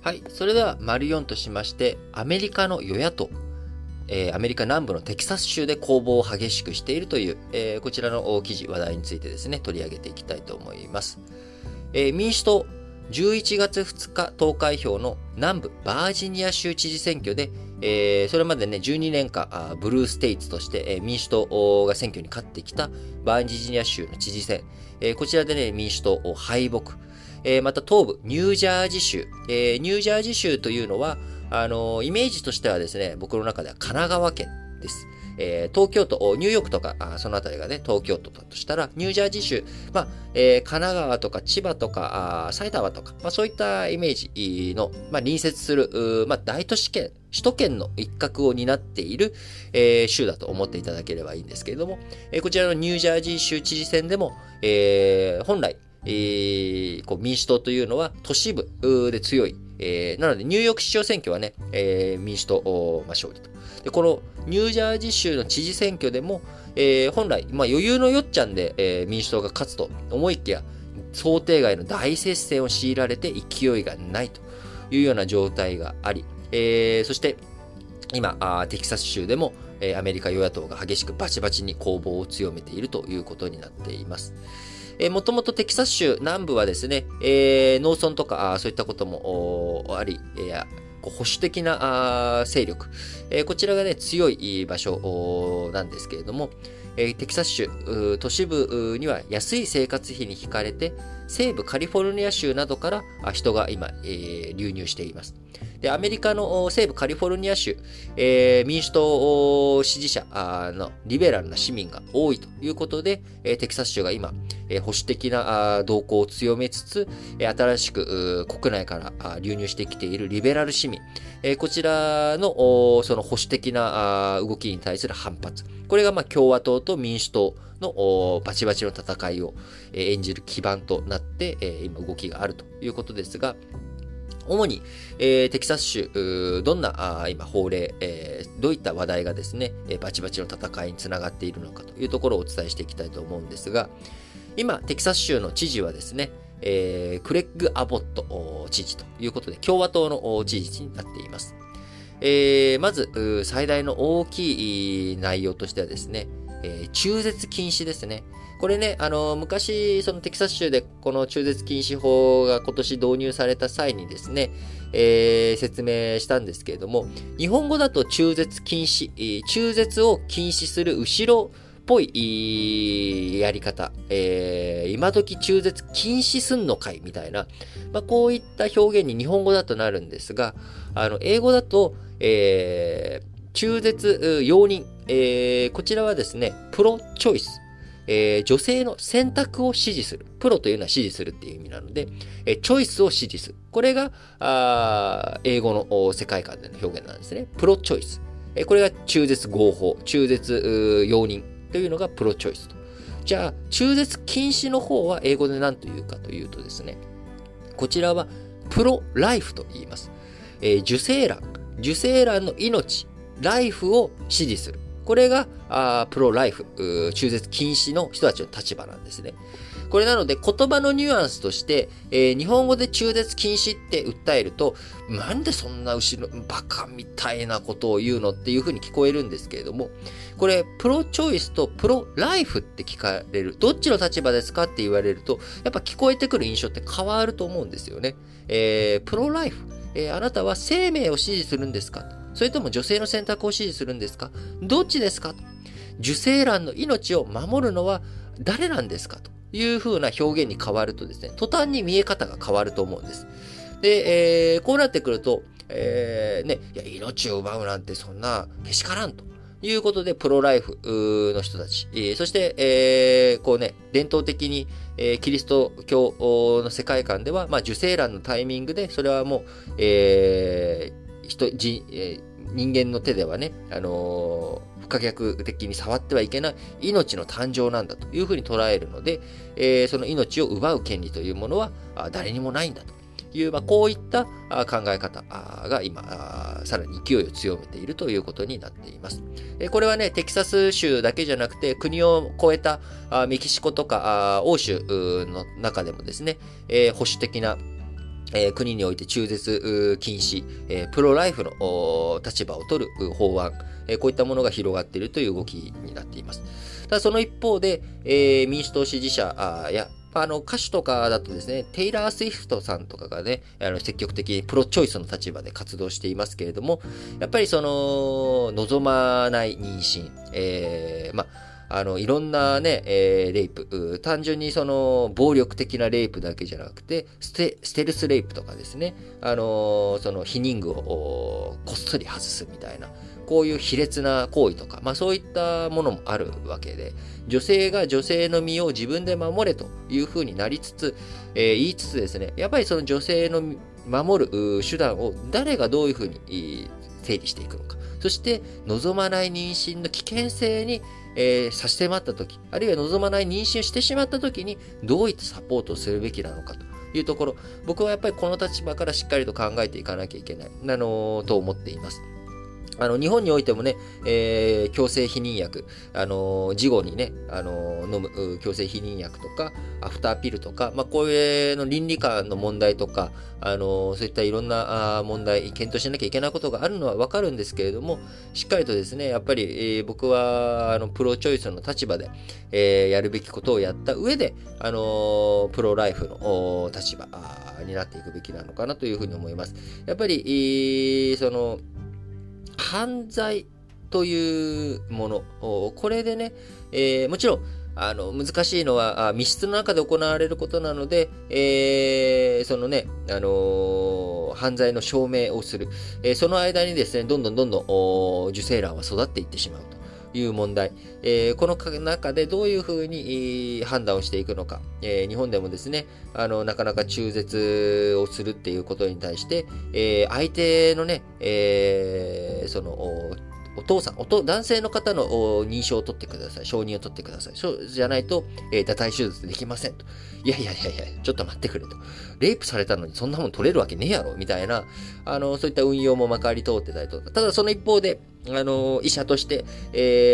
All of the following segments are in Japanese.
はい。それでは、丸4としまして、アメリカの与野党、アメリカ南部のテキサス州で攻防を激しくしているという、こちらの記事、話題についてですね、取り上げていきたいと思います。民主党、11月2日投開票の南部バージニア州知事選挙で、それまでね、12年間、ブルーステイツとして、民主党が選挙に勝ってきたバージニア州の知事選、こちらでね、民主党敗北。また東部、ニュージャージー州。ニュージャージー州というのは、イメージとしてはですね、僕の中では神奈川県です。東京都、ニューヨークとか、そのあたりがね、東京都だとしたら、ニュージャージー州、神奈川とか千葉とか、埼玉とか、そういったイメージの、隣接する、大都市圏、首都圏の一角を担っている、州だと思っていただければいいんですけれども、こちらのニュージャージー州知事選でも、本来、民主党というのは都市部で強い。なので、ニューヨーク市長選挙はね、民主党、勝利と。で、このニュージャージー州の知事選挙でも、本来、余裕のよっちゃんで、民主党が勝つと思いきや、想定外の大接戦を強いられて勢いがないというような状態があり、そして、今、テキサス州でも、アメリカ与野党が激しくバチバチに攻防を強めているということになっています。もともとテキサス州南部はですね、農村とかそういったこともあり、保守的な勢力、こちらがね、強い場所なんですけれども、テキサス州都市部には安い生活費に惹かれて、西部カリフォルニア州などから人が今、流入しています。で、アメリカの西部カリフォルニア州、民主党支持者のリベラルな市民が多いということで、テキサス州が今、保守的な動向を強めつつ、新しく国内から流入してきているリベラル市民、こちらのその保守的な動きに対する反発。これが共和党と民主党のバチバチの戦いを演じる基盤となって、今動きがあるということですが、主に、テキサス州、どんな今法令、どういった話題がですね、バチバチの戦いにつながっているのかというところをお伝えしていきたいと思うんですが、今、テキサス州の知事はですね、クレッグ・アボット知事ということで、共和党の知事になっています。まず、最大の大きい内容としてはですね、中絶禁止ですね。これね、昔、そのテキサス州でこの中絶禁止法が今年導入された際にですね、説明したんですけれども、日本語だと中絶禁止、中絶を禁止する後ろっぽいやり方、今時中絶禁止すんのかいみたいな、こういった表現に日本語だとなるんですが、英語だと、中絶容認、こちらはですね、プロチョイス。女性の選択を支持する。プロというのは支持するっていう意味なので、チョイスを支持する。これが、英語の世界観での表現なんですね。プロチョイス。これが中絶合法、中絶容認というのがプロチョイスと。じゃあ、中絶禁止の方は英語で何というかというとですね、こちらはプロライフと言います。受精卵の命、ライフを支持する。これがプロライフ、中絶禁止の人たちの立場なんですね。これなので言葉のニュアンスとして、日本語で中絶禁止って訴えると、なんでそんな後ろバカみたいなことを言うのっていう風に聞こえるんですけれども、これプロチョイスとプロライフって聞かれる。どっちの立場ですかって言われると、やっぱ聞こえてくる印象って変わると思うんですよね。プロライフ、あなたは生命を支持するんですか？それとも女性の選択を支持するんですか？どっちですか？受精卵の命を守るのは誰なんですか？という風な表現に変わるとですね、途端に見え方が変わると思うんです。で、こうなってくると、いや、命を奪うなんてそんなけしからんということで、プロライフの人たち、そして、伝統的に、キリスト教の世界観では、受精卵のタイミングで、それはもう、人間の手ではね、不可逆的に触ってはいけない命の誕生なんだというふうに捉えるので、その命を奪う権利というものは誰にもないんだという、こういった考え方が今、さらに勢いを強めているということになっています。これはね、テキサス州だけじゃなくて、国を越えたメキシコとか欧州の中でもですね、保守的な国において中絶禁止、プロライフの立場を取る法案、こういったものが広がっているという動きになっています。ただその一方で、民主党支持者や歌手とかだとですね、テイラー・スウィフトさんとかがね、積極的にプロチョイスの立場で活動していますけれども、やっぱり望まない妊娠、いろんなね、レイプ、単純に暴力的なレイプだけじゃなくて、ステルスレイプとかですね、避妊具をこっそり外すみたいな、こういう卑劣な行為とか、そういったものもあるわけで、女性が女性の身を自分で守れというふうになりつつ、言いつつですね、やっぱりその女性の守る手段を誰がどういうふうに整理していくのか。そして、望まない妊娠の危険性に差し迫ったとき、あるいは望まない妊娠をしてしまったときに、どういったサポートをするべきなのかというところ、僕はやっぱりこの立場からしっかりと考えていかなきゃいけない、と思っています。日本においてもね、強制避妊薬、事後にね、飲む強制避妊薬とか、アフターピルとか、こういうの倫理観の問題とか、そういったいろんな問題、検討しなきゃいけないことがあるのはわかるんですけれども、しっかりとですね、やっぱり、僕は、プロチョイスの立場で、やるべきことをやった上で、プロライフの立場になっていくべきなのかなというふうに思います。やっぱり、犯罪というもの、これでね、もちろん、難しいのは、密室の中で行われることなので、犯罪の証明をする。その間にですね、どんどん受精卵は育っていってしまうという問題。この中でどういうふうに判断をしていくのか。日本でもですね、なかなか中絶をするっていうことに対して、相手のね、お父さん、男性の方の認証を取ってください。承認を取ってください。そうじゃないと、堕胎手術できませんと。いや、ちょっと待ってくれと。レイプされたのにそんなもん取れるわけねえやろみたいな、そういった運用もまかり通ってたりとか。ただその一方で、医者として、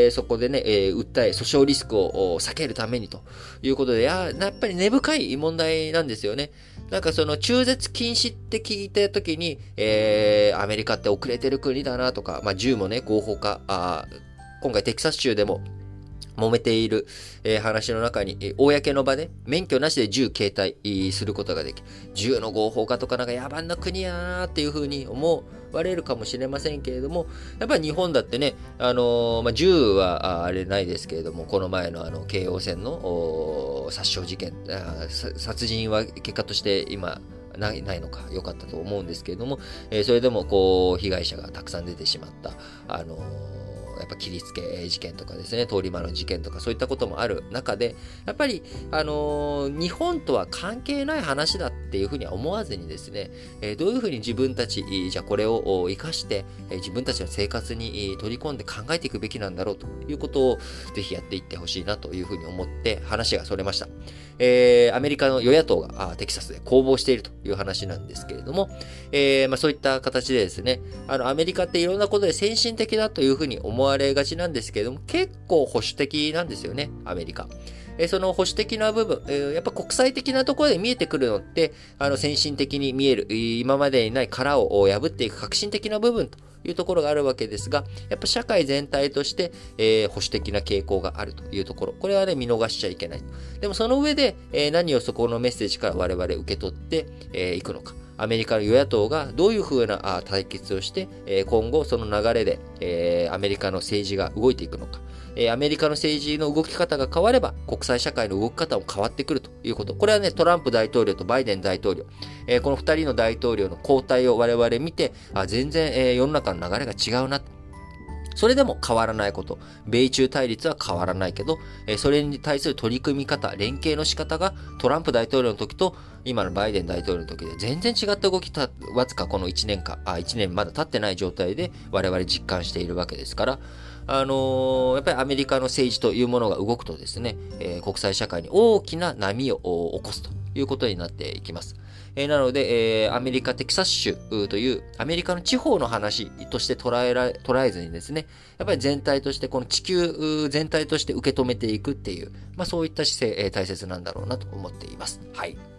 そこでね、訴え、訴訟リスクを避けるためにということで、やっぱり根深い問題なんですよね。なんか中絶禁止って聞いたときに、アメリカって遅れてる国だなとか、銃もね、合法化、今回テキサス州でも揉めている、話の中に、公の場で免許なしで銃携帯することができ、銃の合法化とかなんか野蛮な国やなーっていうふうに思われるかもしれませんけれども、やっぱり日本だってね、銃はあれないですけれども、この前の京王線の殺傷事件、殺人は結果として今、ないのか良かったと思うんですけれども、それでもこう被害者がたくさん出てしまった、やっぱ切りつけ事件とかですね、通り魔の事件とかそういったこともある中で、やっぱり、日本とは関係ない話だっていうふうには思わずにですね、どういうふうに自分たち、じゃあこれを活かして、自分たちの生活に取り込んで考えていくべきなんだろうということをぜひやっていってほしいなというふうに思って話がそれました。アメリカの与野党がテキサスで攻防しているという話なんですけれども、そういった形でですね、アメリカっていろんなことで先進的だというふうに思われがちなんですけれども、結構保守的なんですよね、アメリカ。その保守的な部分、やっぱ国際的なところで見えてくるのって、先進的に見える、今までにない殻を破っていく革新的な部分というところがあるわけですが、やっぱ社会全体として、保守的な傾向があるというところ、これはね、見逃しちゃいけない。でもその上で、何をそこのメッセージから我々受け取っていくのか。アメリカの与野党がどういうふうな対決をして、今後その流れで、アメリカの政治が動いていくのか。アメリカの政治の動き方が変われば、国際社会の動き方も変わってくるということ。これはね、トランプ大統領とバイデン大統領、この二人の大統領の交代を我々見て、全然、世の中の流れが違うな。それでも変わらないこと。米中対立は変わらないけど、それに対する取り組み方、連携の仕方がトランプ大統領の時と今のバイデン大統領の時で全然違った動きわずかこの1年まだ経ってない状態で我々実感しているわけですから、やっぱりアメリカの政治というものが動くとですね、国際社会に大きな波を起こすということになっていきます。なので、アメリカテキサス州というアメリカの地方の話として捉えずにですね、やっぱり全体としてこの地球全体として受け止めていくっていう、そういった姿勢、大切なんだろうなと思っています。はい。